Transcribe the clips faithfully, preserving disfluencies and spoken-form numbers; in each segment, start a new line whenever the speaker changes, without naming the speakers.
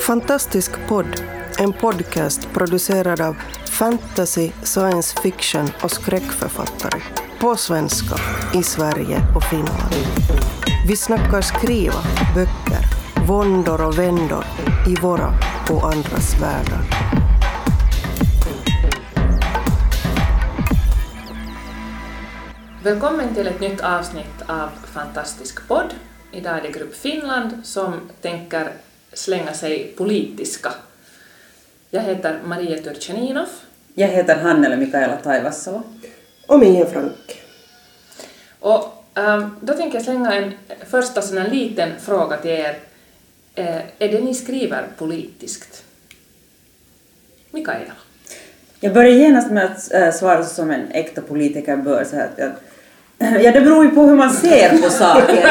Fantastisk podd, en podcast producerad av fantasy, science fiction och skräckförfattare. På svenska, i Sverige och Finland. Vi snackar skriva, böcker, våndor och vändor i våra och andras världar.
Välkommen till ett nytt avsnitt av Fantastisk podd. Idag är det Grupp Finland som tänker slänga sig politiska. Jag heter Maria Turchaninov.
Jag heter Hannele Mikaela Taivassalo.
Och Mia Frank.
Och ähm, då tänker jag slänga en första sån här liten fråga till er. Äh, är det ni skriver politiskt? Mikaela.
Jag börjar genast med att äh, svara som en äkta politiker bör. Så att, att, ja, det beror ju på hur man ser på saker.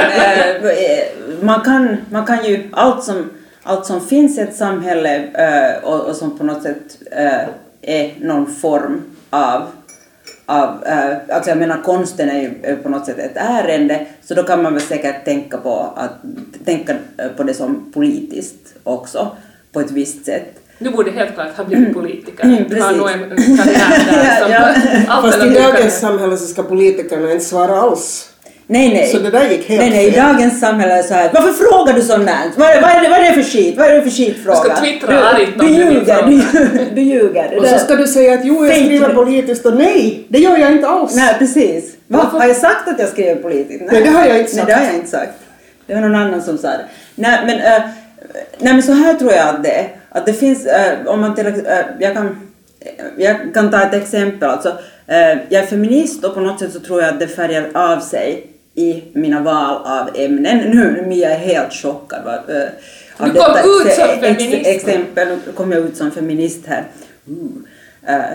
äh, man, kan, man kan ju allt som, allt som finns i ett samhälle äh, och, och som på något sätt äh, är någon form av Av, äh, alltså jag menar konsten är ju på något sätt ett ärende, så då kan man väl säkert tänka på, att, tänka på det som politiskt också på ett visst sätt.
Du borde helt klart ha blivit politiker.
Mm,
du har nog en karriär där som
ja, ja.
Fast i dagens samhälle så ska politikerna inte svara alls.
Nej, nej.
Så det där gick helt
nej, nej, i dagens samhälle är så här, varför frågar du sånt där? Vad, vad, är det, vad är det för skit? Vad är det för skitfråga?
Du ska twittra argt
du,
om
du
du
ljuger, du, du ljuger.
Och så ska du säga att jo, jag skriver politiskt och nej, det gör jag inte alls.
Nej, precis. Va? Har jag sagt att jag skriver politiskt? Nej,
nej, det har jag inte sagt.
Nej, det har jag inte sagt. Det var någon annan som sa det. Nej, men, äh, nej, men så här tror jag att det är. Att det finns, äh, om man till äh, jag kan jag kan ta ett exempel. Alltså, äh, jag är feminist och på något sätt så tror jag att det färgar av sig i mina val av ämnen. Nu, nu är jag helt chockad va, äh, av
du
detta
kom ut som
ex-
feminist.
exempel. Nu kom jag ut som feminist här uh, äh,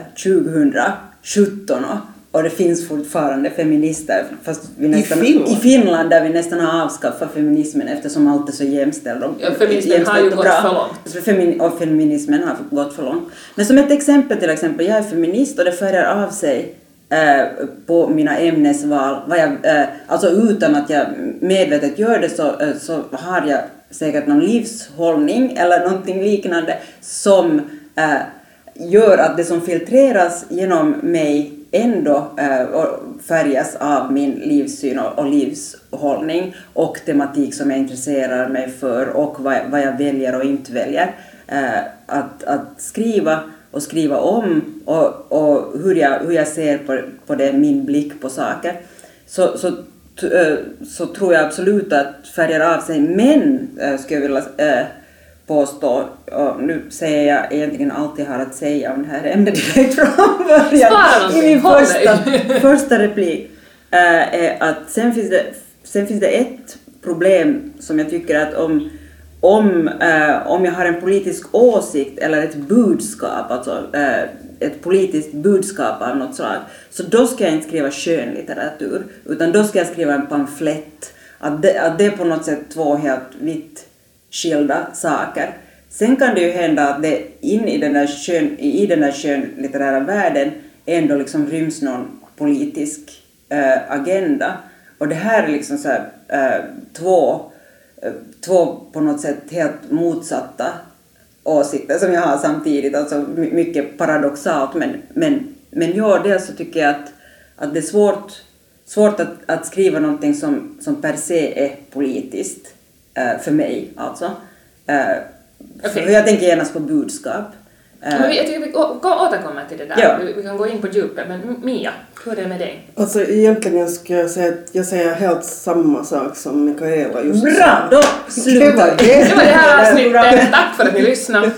tjugosjutton och det finns fortfarande feminister fast vi nästan,
I, Finland.
i Finland där vi nästan har avskaffat feminismen eftersom allt är så jämställt.
Ja, feminismen har ju gått för långt.
Femin- och feminismen har gått för långt. Men som ett exempel till exempel, jag är feminist och det färgar av sig eh, på mina ämnesval. Vad jag, eh, alltså utan att jag medvetet gör det så, eh, så har jag säkert någon livshållning eller någonting liknande som eh, gör att det som filtreras genom mig ändå äh, färgas av min livssyn och, och livshållning och tematik som jag intresserar mig för och vad, vad jag väljer och inte väljer äh, att, att skriva och skriva om och, och hur, jag, hur jag ser på, på det, min blick på saker så, så, t, äh, så tror jag absolut att färgar av sig, men äh, skulle jag vilja äh, påstå, och nu säger jag egentligen allt jag har att säga om det här ämnet direkt från början. I min första, första replik äh, är att sen finns, det, sen finns det ett problem som jag tycker att om, om, äh, om jag har en politisk åsikt eller ett budskap, alltså äh, ett politiskt budskap av något slag, så då ska jag inte skriva skönlitteratur, utan då ska jag skriva en pamflett. Att det, att det är på något sätt två helt vitt skilda saker. Sen kan det ju hända att det in i den där skön, i den där skönlitterära världen ändå liksom ryms någon politisk äh, agenda. Och det här är liksom så här, äh, två, äh, två på något sätt helt motsatta åsikter som jag har samtidigt. Alltså mycket paradoxalt. Men, men, men ja, dels så tycker jag att, att det är svårt, svårt att, att skriva någonting som, som per se är politiskt. Uh, för mig alltså. Uh, okay. För jag tänker genast på budskap. Uh,
men jag tycker vi återkommer till det där.
Ja.
Vi, vi kan gå in på djupet. Men Mia, hur är det med dig?
Alltså egentligen ska jag säga att jag säger helt samma sak som Mikaela just sa.
Bra, då slutar
det. Var det.
Det var det här avsnittet. Tack för att ni lyssnade.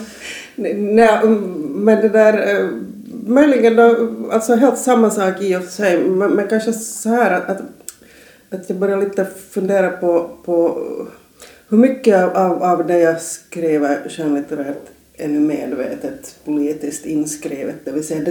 Nej, men det där möjligen då, alltså helt samma sak i och för sig. Men, men kanske så här att, att, att jag börjar lite fundera på, på hur mycket av, av det jag skriver skönlitterärt är nu medvetet politiskt inskrivet. Det vill säga, det,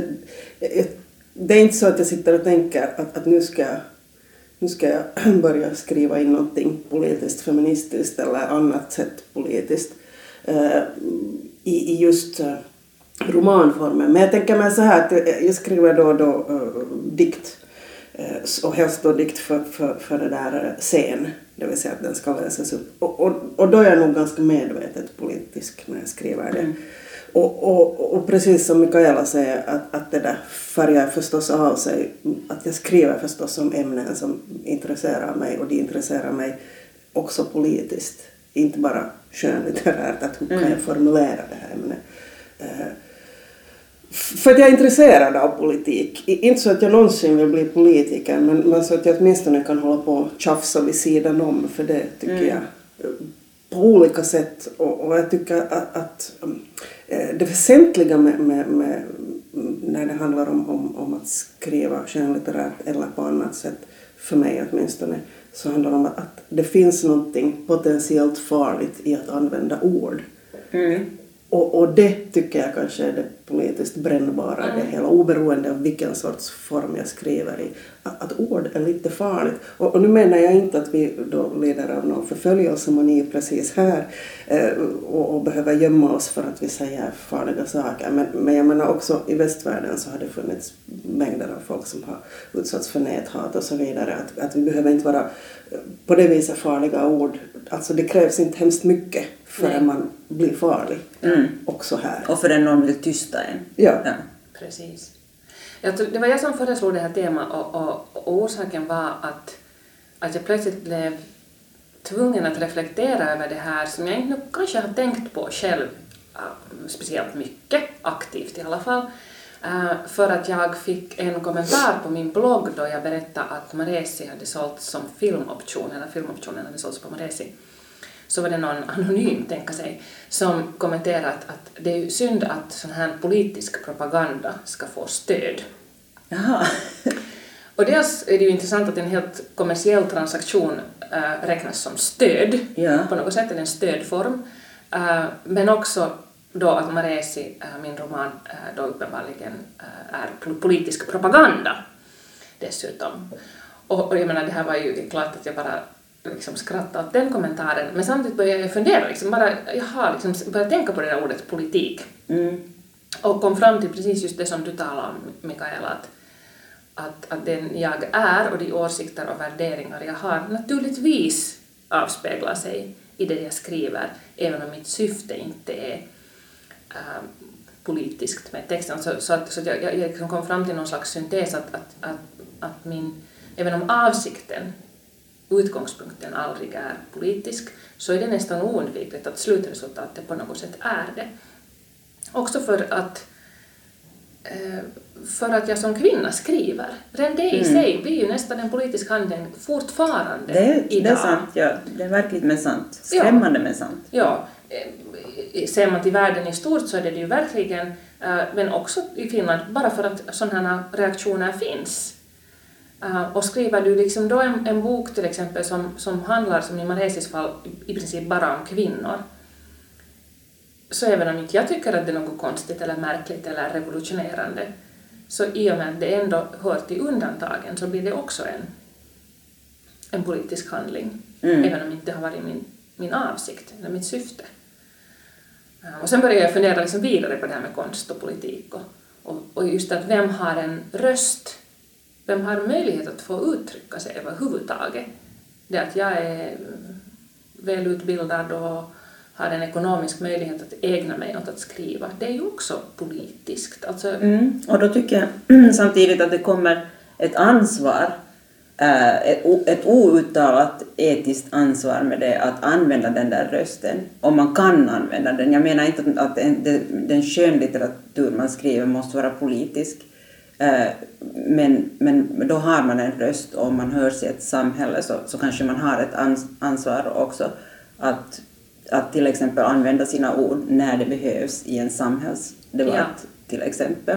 det är inte så att jag sitter och tänker att, att nu, ska, nu ska jag börja skriva in någonting politiskt, feministiskt eller annat sätt politiskt uh, i, i just uh, romanformen. Men jag tänker mig så här att jag, jag skriver då och då uh, dikt uh, och helst då dikt för, för, för det där uh, scen. Det vill säga att den ska läsas upp. Och, och, och då är jag nog ganska medvetet politiskt politisk när jag skriver det.
Mm.
Och, och, och precis som Mikaela säger att, att det där färgar förstås av sig, att jag skriver förstås om ämnen som intresserar mig och de intresserar mig också politiskt, inte bara skönlitterärt, att hur kan jag formulera det här ämnet. Uh, för att jag är intresserad av politik, inte så att jag någonsin vill bli politiker, men, men så att jag åtminstone kan hålla på och tjafsa vid sidan om, för det tycker mm. jag på olika sätt, och, och jag tycker att, att det väsentliga med, med, med när det handlar om, om, om att skriva skönlitterärt eller på annat sätt, för mig åtminstone, så handlar det om att, att det finns någonting potentiellt farligt i att använda ord.
Mm.
Och, och det tycker jag kanske är det politiskt brännbara i
mm.
det hela, oberoende av vilken sorts form jag skriver i. Att, att ord är lite farligt. Och, och nu menar jag inte att vi då lider av någon förföljelsemani precis här eh, och, och behöver gömma oss för att vi säger farliga saker. Men, men jag menar också i västvärlden så har det funnits mängder av folk som har utsatts för näthat och så vidare. Att, att vi behöver inte vara på det viset farliga ord. Alltså det krävs inte hemskt mycket förrän man blir farlig.
Mm.
Också här.
Och för någon vill tysta en.
Ja.
ja.
Precis. Jag tror, det var jag som föreslog det här temat och, och, och orsaken var att, att jag plötsligt blev tvungen att reflektera över det här som jag inte kanske har tänkt på själv speciellt mycket, aktivt i alla fall. För att jag fick en kommentar på min blogg då jag berättade att Maresi hade sålt som filmoption, eller filmoptionen hade sålts på Maresi. Så var det någon anonym, tänka sig, som kommenterade att, att det är synd att sån här politisk propaganda ska få stöd.
Jaha.
Och dels är det ju intressant att en helt kommersiell transaktion äh, räknas som stöd.
Ja.
På något sätt är det en stödform. Äh, men också då att Maresi, äh, min roman, äh, då uppenbarligen äh, är politisk propaganda dessutom. Och, och jag menar, det här var ju klart att jag bara liksom skratta åt den kommentaren, men samtidigt började jag fundera, liksom bara, jaha, liksom började tänka på det där ordet politik.
Mm.
Och kom fram till precis just det som du talade om, Mikaela, att, att, att den jag är och de åsikter och värderingar jag har naturligtvis avspeglar sig i det jag skriver, även om mitt syfte inte är äh, politiskt med texten. Så, så att, så att jag, jag liksom kom fram till någon slags syntes att, att, att, att min, även om avsikten, utgångspunkten aldrig är politisk, så är det nästan oundvikligt att slutresultatet på något sätt är det. Också för att för att jag som kvinna skriver. Redan det i mm. sig blir ju nästan en politisk handling fortfarande
det,
idag.
Det är sant, ja. Det är verkligt med sant. Skrämmande
ja.
med sant.
Ja. Ser man till världen i stort så är det ju verkligen, men också i Finland, bara för att sådana reaktioner finns. Uh, och skriver du liksom då en, en bok till exempel som, som handlar, som i Maresis fall, i princip bara om kvinnor, så även om inte jag tycker att det är något konstigt eller märkligt eller revolutionerande, så i och med att det ändå hör till undantagen så blir det också en, en politisk handling, mm. även om det inte har varit min, min avsikt eller mitt syfte. Uh, och sen började jag fundera liksom vidare på det här med konst och politik och, och, och just att vem har en röst. Vem har möjlighet att få uttrycka sig överhuvudtaget? Det att jag är välutbildad och har en ekonomisk möjlighet att ägna mig åt att skriva, det är ju också politiskt. Alltså...
Mm. Och då tycker jag samtidigt att det kommer ett ansvar, ett outtalat etiskt ansvar med det, att använda den där rösten. Om man kan använda den. Jag menar inte att den skönlitteratur man skriver måste vara politisk. Men, men då har man en röst, och om man hörs i ett samhälle så, så kanske man har ett ansvar också att, att till exempel använda sina ord när det behövs i en samhällsdebatt, ja. Till exempel.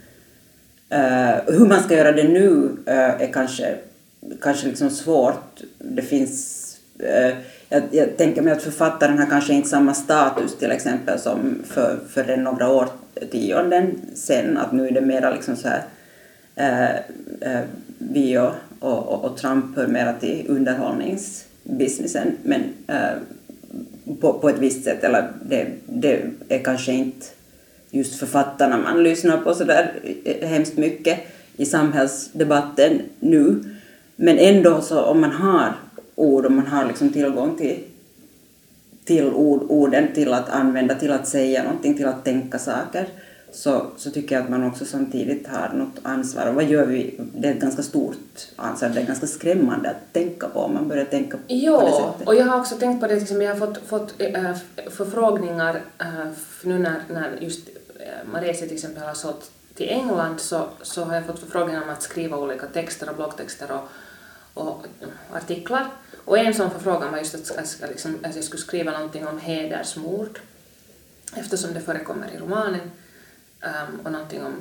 Uh, hur man ska göra det nu uh, är kanske, kanske liksom svårt. Det finns, uh, jag, jag tänker mig att författaren har kanske inte samma status till exempel som för, för några årtionden sen, att nu är det mera liksom så här Uh, uh, vi och, och, och Trump hör mera till underhållningsbusinessen, men uh, på, på ett visst sätt, eller det, det är kanske inte just författarna man lyssnar på så där hemskt mycket i samhällsdebatten nu, men ändå så om man har ord, om man har liksom tillgång till, till ord, orden, till att använda, till att säga någonting, till att tänka saker, så, så tycker jag att man också samtidigt har något ansvar. Och vad gör vi? Det är ett ganska stort ansvar, det är ganska skrämmande att tänka på om man börjar tänka
jo,
på det sättet.
Och jag har också tänkt på det, liksom, jag har fått, fått äh, förfrågningar äh, nu när, när just äh, Maresi till exempel har sålt till England, så, så har jag fått förfrågningar om att skriva olika texter och bloggtexter och, och artiklar. Och en sån förfrågan var just att, att, liksom, att jag skulle skriva någonting om hedersmord, eftersom det förekommer i romanen, um, och någonting om,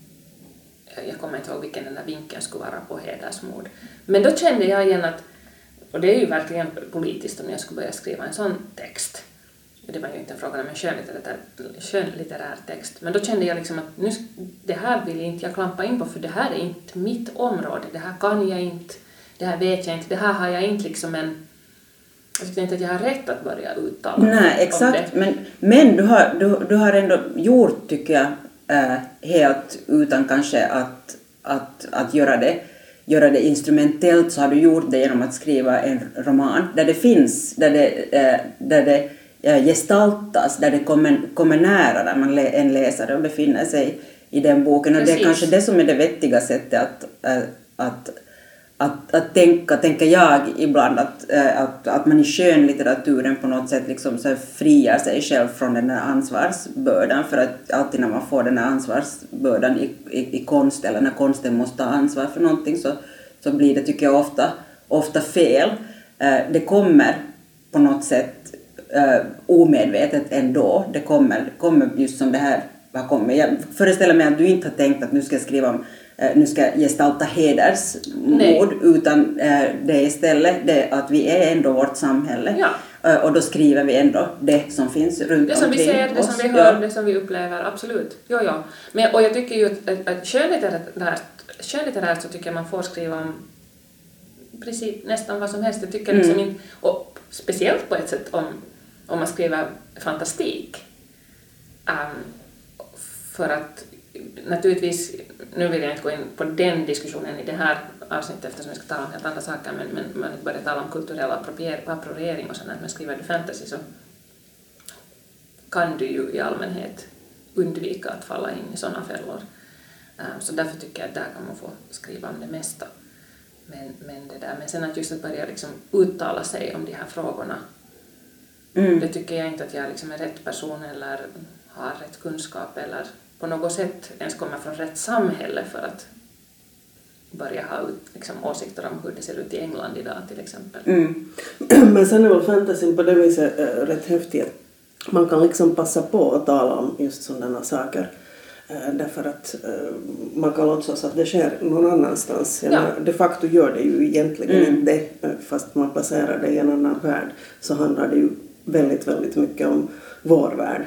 jag kommer inte ihåg vilken den där vinkeln skulle vara på hedersmord. Men då kände jag igen att, och det är ju verkligen politiskt om jag skulle börja skriva en sån text. Det var ju inte en fråga om en skönlitterär, skönlitterär text. Men då kände jag liksom att nu, det här vill inte jag klampa in på, för det här är inte mitt område. Det här kan jag inte, det här vet jag inte, det här har jag inte liksom en... Jag tycker inte att jag har rätt att börja uttala.
Nej, exakt. Men, men du, har, du, du har ändå gjort, tycker jag, äh, helt utan kanske att, att, att göra det. göra det instrumentellt, så har du gjort det genom att skriva en roman där det finns, där det, äh, där det äh, gestaltas, där det kommer, kommer nära, där man lä, en läsare och befinner sig i den boken. Och Precis. Det är kanske det som är det vettiga sättet att, äh, att, att, att tänka, tänker jag ibland, att, äh, att, att man i skönlitteraturen på något sätt liksom så friar sig själv från den här ansvarsbördan, för att alltid när man får den här ansvarsbördan i, i, i konst, eller när konsten måste ta ansvar för någonting, så, så blir det, tycker jag, ofta, ofta fel. Äh, det kommer på något sätt äh, omedvetet ändå. Det kommer, kommer just som det här har kommit. Jag föreställer mig att du inte har tänkt att nu ska jag skriva om, äh, nu ska jag gestalta hedersmord, utan äh, det är istället det att vi är ändå vårt samhälle.
Ja.
Äh, och då skriver vi ändå det som finns runt omkring oss.
Det som vi ser, det som vi hör, ja. Det som vi upplever, absolut. Jo, ja. Men, och jag tycker ju att, att, att skönlitterärt, skönlitterärt så tycker jag man får skriva om precis nästan vad som helst. Jag tycker liksom mm. inte, och speciellt på ett sätt om, om man skriver fantastik. Um, för att naturligtvis, nu vill jag inte gå in på den diskussionen i det här avsnittet eftersom jag ska tala om helt andra saker, men, men man inte börjar tala om kulturell appropriering och sådär, men skriver du fantasy så kan du ju i allmänhet undvika att falla in i sådana fällor. Um, så därför tycker jag att där kan man få skriva om det mesta. Men, men, det där. men sen att just att börja liksom uttala sig om de här frågorna, mm. det tycker jag inte att jag liksom är rätt person eller har rätt kunskap eller på något sätt ens kommer från rätt samhälle för att börja ha liksom, åsikter om hur det ser ut i England idag till exempel.
Mm. Men sen är väl fantasyn på det viset äh, rätt häftigt. Man kan liksom passa på att tala om just sådana saker. Äh, därför att äh, man kan låtsas att det sker någon annanstans. Ja. Menar, de facto gör det ju egentligen mm. inte, fast man placerar det i en annan värld, så handlar det ju väldigt, väldigt mycket om vår värld.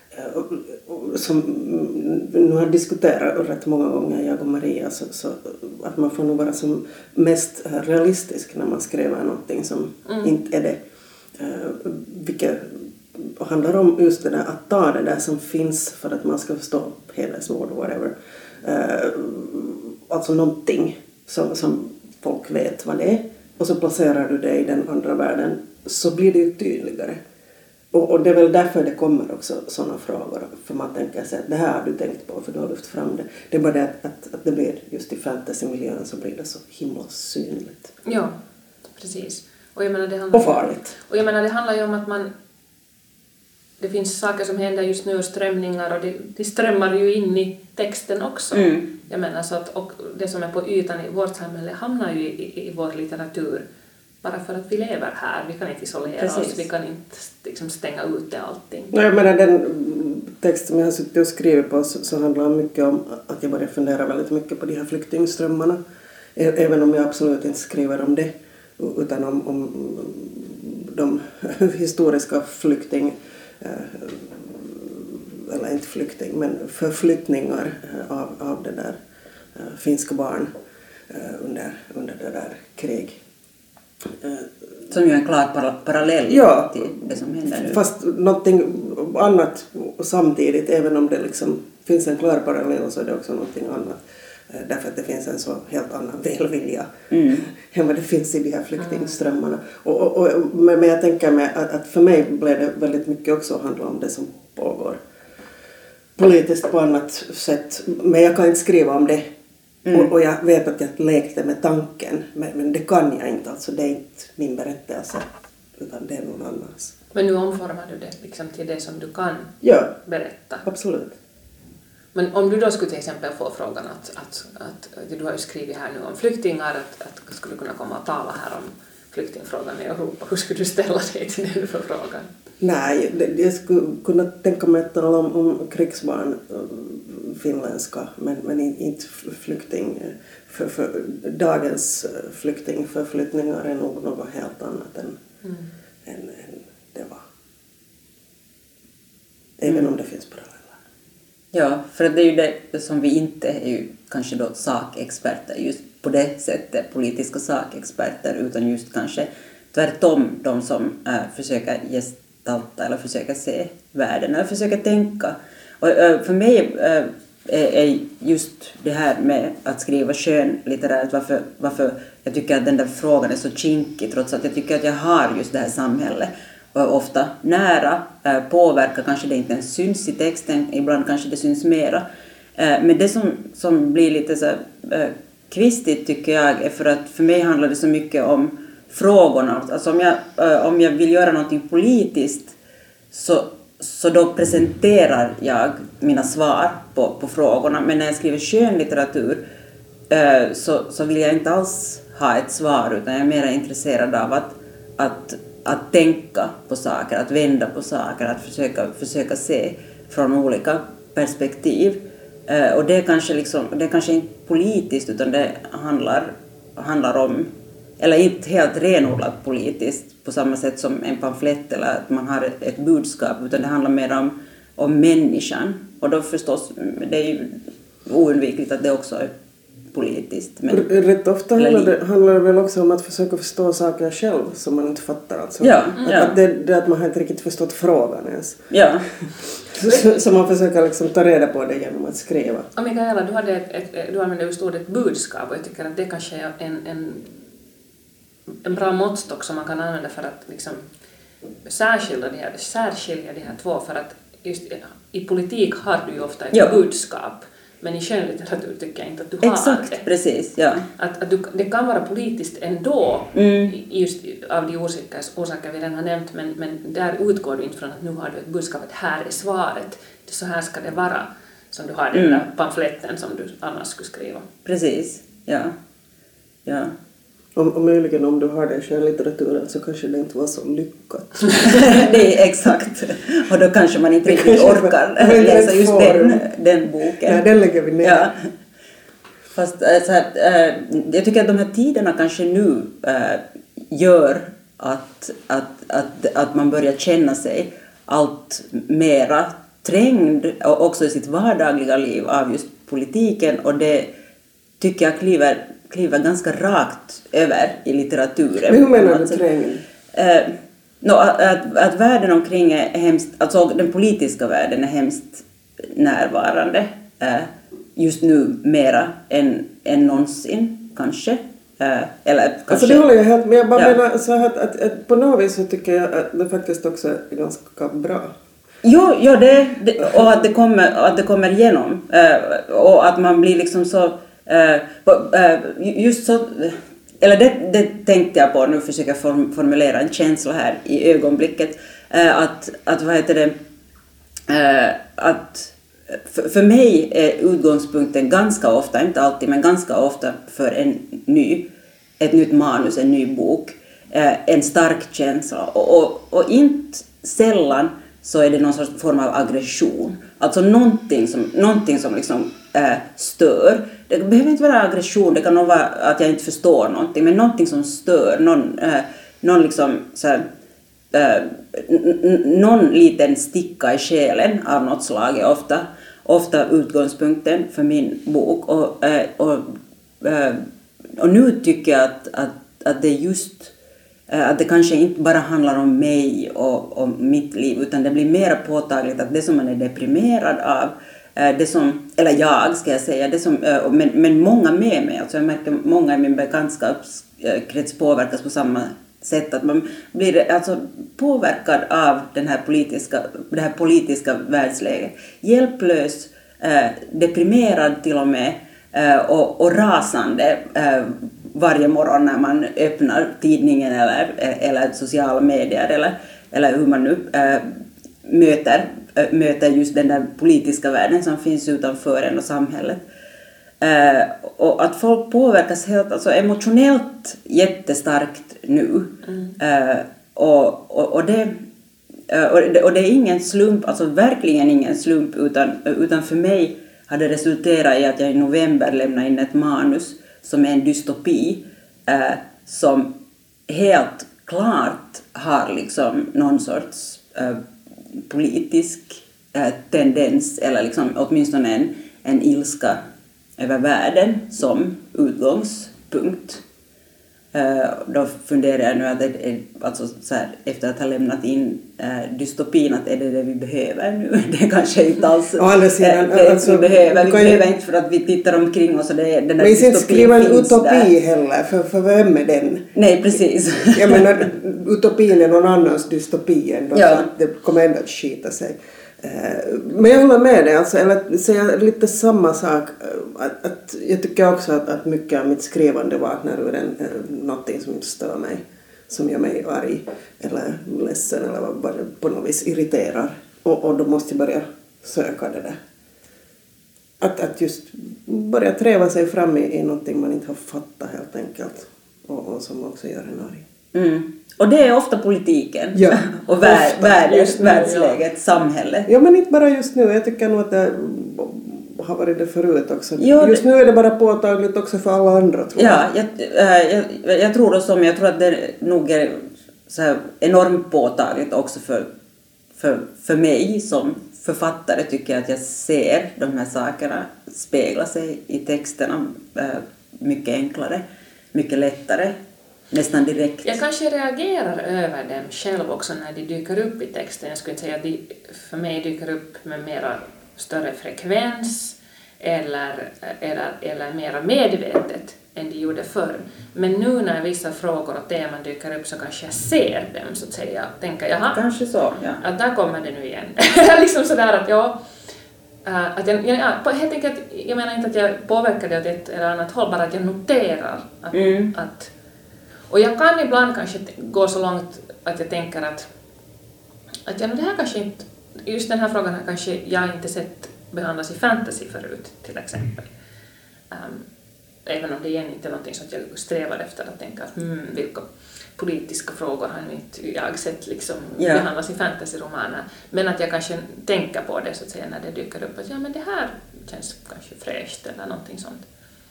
Som nu har diskuterat rätt många gånger, jag och Maria, så, så att man får nog vara som mest realistisk när man skriver någonting som mm. inte är det. Uh, vilket handlar om just det där att ta det där som finns för att man ska förstå hedersmord och whatever. Uh, alltså någonting som, som folk vet vad det är, och så placerar du det i den andra världen, så blir det ju tydligare. Och, och det är väl därför det kommer också sådana frågor. För man tänker sig att det här har du tänkt på för du har lyft fram det. Det är bara det att, att, att det blir just i fantasymiljön så blir det så himla synligt.
Ja, precis. Och, jag menar, det handlar,
och farligt.
Och jag menar det handlar ju om att man... Det finns saker som händer just nu och strömningar och det, det strömmar ju in i texten också. Mm. Jag menar så att och det som är på ytan i vårt samhälle hamnar ju i, i, i vår litteratur. Bara för att vi lever här. Vi kan inte isolera Precis. oss. Vi kan inte liksom stänga ute allting.
Jag menar, den text som jag har suttit och skrivit på så, så handlar mycket om att jag börjar fundera väldigt mycket på de här flyktingströmmarna. Även om jag absolut inte skriver om det. Utan om, om de historiska flykting... Eller inte flykting, men förflyttningar av, av det där finska barn under, under det där krig.
Som ju är en klar parallell
ja,
till det som händer nu.
Fast någonting annat samtidigt, även om det liksom finns en klar parallell så är det också någonting annat. Därför att det finns en så helt annan välvilja
mm.
än vad det finns i de här flyktingströmmarna. Och, och, och, men jag tänker mig att, att för mig blev det väldigt mycket också handla om det som pågår politiskt på annat sätt. Men jag kan inte skriva om det. Mm. Och, och jag vet att jag lekte med tanken. Men, men det kan jag inte. Alltså det är inte min berättelse. Utan det är någon annans.
Men nu omformar du det liksom till det som du kan
ja,
berätta.
Absolut.
Men om du då skulle till exempel få frågan att, att, att, att du har ju skrivit här nu om flyktingar, att, att skulle kunna komma och tala här om flyktingfrågan i Europa, hur skulle du ställa dig till den för frågan?
Nej, det, jag skulle kunna tänka mig att tala om, om krigsbarn, finländska, men, men inte flykting. För, för dagens flyktingförflyttningar är nog något helt annat än, mm. än, än det var. Även mm. om det finns paralleller.
Ja, för det är ju det som vi inte är ju kanske då sakexperter just på det sättet, politiska sakexperter, utan just kanske tvärtom de som äh, försöker gestalta eller försöker se världen eller försöker tänka. Och äh, för mig äh, är just det här med att skriva skönlitterärt varför, varför jag tycker att den där frågan är så kinkig, trots att jag tycker att jag har just det här samhället och ofta nära, äh, påverkar, kanske det inte ens syns i texten, ibland kanske det syns mera. Äh, men det som, som blir lite så äh, kvistigt tycker jag är för att för mig handlar det så mycket om frågorna. Alltså om jag, äh, om jag vill göra någonting politiskt så, så då presenterar jag mina svar på, på frågorna. Men när jag skriver skönlitteratur äh, så, så vill jag inte alls ha ett svar, utan jag är mer intresserad av att, att att tänka på saker, att vända på saker, att försöka, försöka se från olika perspektiv. Eh, och det är kanske liksom, det är kanske inte politiskt, utan det handlar, handlar om, eller inte helt renodlat politiskt på samma sätt som en pamflett eller att man har ett, ett budskap, utan det handlar mer om, om människan. Och då förstås, det är ju oundvikligt att det också är politiskt. Men,
rätt ofta handlar det, handlar det väl också om att försöka förstå saker själv som man inte fattar. Alltså.
Ja,
att,
ja.
Att det, det att man inte riktigt förstått frågan ens.
Ja.
så, så man försöker liksom ta reda på det genom att skriva.
Och Mikaela, du, hade ett, ett, du använde just ordet budskap, och jag tycker att det kanske är en, en, en bra måttstock som man kan använda för att liksom särskilja, de här, särskilja de här två, för att just i politik har du ju ofta ett ja. budskap. Men i skönlitteratur tycker jag inte att du har
Exakt,
det.
precis, ja.
Att, att du, det kan vara politiskt ändå, mm. just av de orsaker, orsaker vi redan har nämnt, men, men där utgår du inte från att nu har du ett budskap, att här är svaret, så här ska det vara, som du har den mm. där pamfletten som du annars skulle skriva.
Precis, ja. ja.
Om, om möjligen om du har det i skönlitteraturen så kanske det inte var så lyckat.
Det är exakt. Och då kanske man inte riktigt orkar läsa just den, den boken.
Ja, den lägger vi ner.
Ja. Fast så här, jag tycker att de här tiderna kanske nu gör att, att, att, att man börjar känna sig allt mera trängd också i sitt vardagliga liv av just politiken, och det tycker jag kliver kliver ganska rakt över i litteraturen.
Men hur menar du trängd?
Eh, no, att, att, att världen omkring är hemskt, alltså den politiska världen är hemskt närvarande eh, just nu mera än, än någonsin kanske. Eh, eller kanske.
Alltså det håller jag helt med. Jag bara
ja.
menar så att, att, att på något vis så tycker jag att det faktiskt också är ganska bra.
Jo, jo det, det, och att det kommer, att det kommer igenom. Eh, och att man blir liksom så Uh, uh, just så, eller det, det tänkte jag på, nu försöker jag form, formulera en känsla här i ögonblicket, uh, att, att vad heter det, uh, att för, för mig är utgångspunkten ganska ofta, inte alltid men ganska ofta för en ny, ett nytt manus, en ny bok, uh, en stark känsla, och, och, och inte sällan så är det någon sorts form av aggression, alltså någonting som, någonting som liksom äh, stör. Det behöver inte vara aggression, det kan nog vara att jag inte förstår någonting, men någonting som stör, någon, äh, någon liksom så här, äh, n- n- någon liten sticka i själen av något slag är ofta, ofta utgångspunkten för min bok, och, äh, och, äh, och nu tycker jag att, att, att det är just att det kanske inte bara handlar om mig och om mitt liv, utan det blir mer påtagligt att det som man är deprimerad av det som, eller jag ska jag säga, det som, men, men många med mig, alltså jag märker många i min bekantskapskrets påverkas på samma sätt, att man blir alltså påverkad av den här politiska, det här politiska världsläget. Hjälplös, eh, deprimerad till och med, eh, och, och rasande eh, varje morgon när man öppnar tidningen eller, eller sociala medier eller, eller hur man nu äh, möter, äh, möter just den där politiska världen som finns utanför en och samhället. Äh, och att folk påverkas helt alltså emotionellt jättestarkt nu. Mm. Äh, och, och, och, det, och, det, och det är ingen slump, alltså verkligen ingen slump, utan, utan för mig har det resulterat i att jag i november lämnade in ett manus som är en dystopi eh, som helt klart har liksom någon sorts eh, politisk eh, tendens eller liksom åtminstone en, en ilska över världen som utgångspunkt. Uh, då funderar jag nu att det är, alltså, så här, efter att ha lämnat in uh, dystopin, att är det det vi behöver nu? Det kanske inte alls
å andra sidan,
det
alltså,
vi behöver. Vi behöver
ju,
inte för att vi tittar omkring oss och det, den där
men inte skriva en utopi
där.
heller, för, för vem är den?
Nej, precis.
Jag menar, utopin är någon annans dystopi ändå,
ja.
Så att det kommer ändå att skita sig. Men jag håller med dig, alltså, eller säga lite samma sak, att, att jag tycker också att, att mycket av mitt skrivande vaknar ur en, någonting som inte stör mig, som gör mig arg eller ledsen eller vad det på något vis irriterar, och, och då måste jag börja söka det där. Att, att just börja träva sig fram i, i någonting man inte har fattat helt enkelt, och, och som också gör en arg.
Mm. Och det är ofta politiken
ja,
och vär,
ofta,
världen,
nu,
världsläget,
ja.
Samhället.
Ja, men inte bara just nu. Jag tycker nog att det har varit det förut också.
Jo,
just nu är det bara påtagligt också för alla andra, tror
ja, jag. Jag, jag, jag tror också, men jag tror att det nog är så här enormt påtagligt också för, för, för mig som författare, tycker jag att jag ser de här sakerna spegla sig i texterna mycket enklare, mycket lättare. Nästan direkt.
Jag kanske reagerar över dem själv också när de dyker upp i texten. Jag skulle inte säga att de för mig dyker upp med mera större frekvens eller, eller, eller mera medvetet än de gjorde förr. Men nu när vissa frågor och teman dyker upp så kanske jag ser dem, så att säga. Tänker, jaha,
kanske så, ja.
Att där kommer det nu igen. liksom sådär att jag... Uh, att jag, jag, helt enkelt, jag menar inte att jag påverkar det åt ett eller annat håll, bara att jag noterar att... Mm. att och jag kan ibland kanske gå så långt att jag tänker att, att ja, det här kanske inte, just den här frågan har kanske jag inte sett behandlas i fantasy förut, till exempel. Um, även om det igen inte är någonting som jag strävar efter att tänka att hmm, vilka politiska frågor har inte jag sett liksom
ja. behandlas
i fantasyromaner. Men att jag kanske tänker på det, så att säga, när det dyker upp att ja, men det här känns kanske fräscht eller någonting sånt.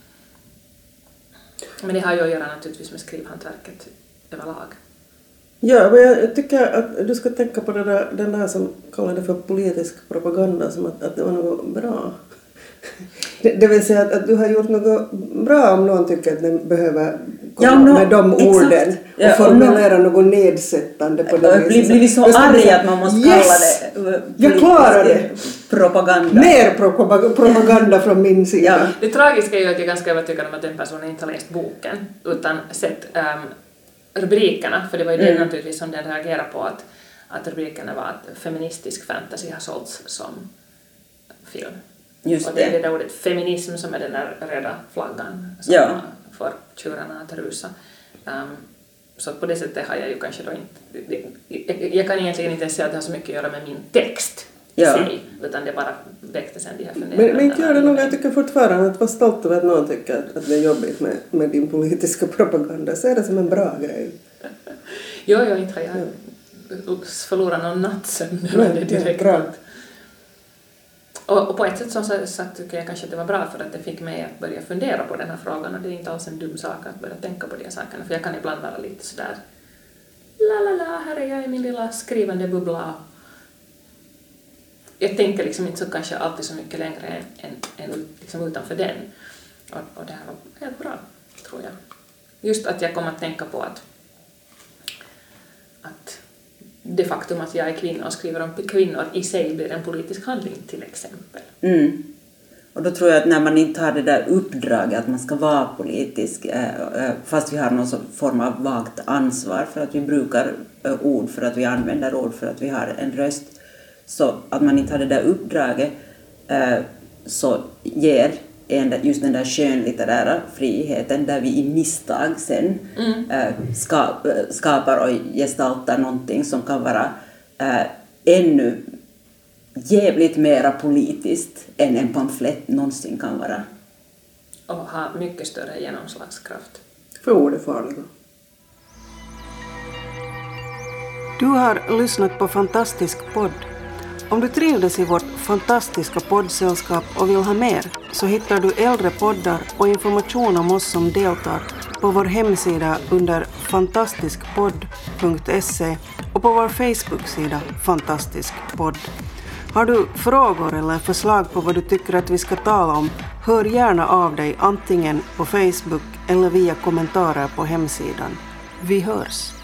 Men det har ju att göra naturligtvis med skrivhantverket överlag.
Ja, men jag tycker att du ska tänka på det där, den där som kallade för politisk propaganda, som att, att det var något bra. Det, det vill säga att, att du har gjort något bra om någon tycker att den behöver komma ja, no, med de exakt. orden och ja, formulera no, något nedsättande på det
viset. Blir vi så arga att man måste
yes,
kalla det
jag klarar det.
Propaganda.
Mer propaganda från min sida.
Ja. Det tragiska är ju att jag är ganska övertygad om att den personen inte har läst boken utan sett um, rubrikerna, för det var ju mm. det naturligtvis som den reagerade på, att, att rubrikerna var att feministisk fantasy har sålts som film.
Just
och det är det där ordet feminism som är den där röda flaggan som
ja.
får tjurarna att rusa. Um, så på det sättet har jag ju kanske då inte... Jag, jag kan egentligen inte säga att det har så mycket att göra med min text
ja.
sig, utan det bara väckte sen de här funderingarna.
Men, men inte gör det nog, jag tycker fortfarande att vara stolt över att någon tycker att, att det är jobbigt med, med din politiska propaganda. Så är det som en bra grej.
jo, jo, inte har jag ja. förlorat någon nattsömn över det direkt.
Bra.
Och, och på ett sätt så, så, så tycker jag kanske att det var bra, för att det fick mig att börja fundera på den här frågan, och det är inte alls en dum sak att börja tänka på de här sakerna, för jag kan ibland vara lite sådär la la la, här är jag i min lilla skrivande bubbla. Jag tänker liksom inte så kanske alltid så mycket längre än, än, än liksom utanför den, och, och det här var helt bra, tror jag. Just att jag kommer att tänka på att att det faktum att jag är kvinna och skriver om kvinnor i sig blir en politisk handling, till exempel.
Mm. Och då tror jag att när man inte har det där uppdraget att man ska vara politisk, fast vi har någon form av vagt ansvar för att vi brukar ord, för att vi använder ord, för att vi har en röst, så att man inte har det där uppdraget, så ger en, just den där skönlitterära friheten där vi i misstag sen mm. skapar och gestaltar någonting som kan vara ännu jävligt mera politiskt än en pamflett någonsin kan vara.
Och ha mycket större genomslagskraft.
För ord är farliga. Du har lyssnat på Fantastisk podd. Om du trivdes i vårt fantastiska poddsällskap och vill ha mer, så hittar du äldre poddar och information om oss som deltar på vår hemsida under fantastiskpodd punkt se och på vår Facebook-sida Fantastisk podd. Har du frågor eller förslag på vad du tycker att vi ska tala om, hör gärna av dig antingen på Facebook eller via kommentarer på hemsidan. Vi hörs!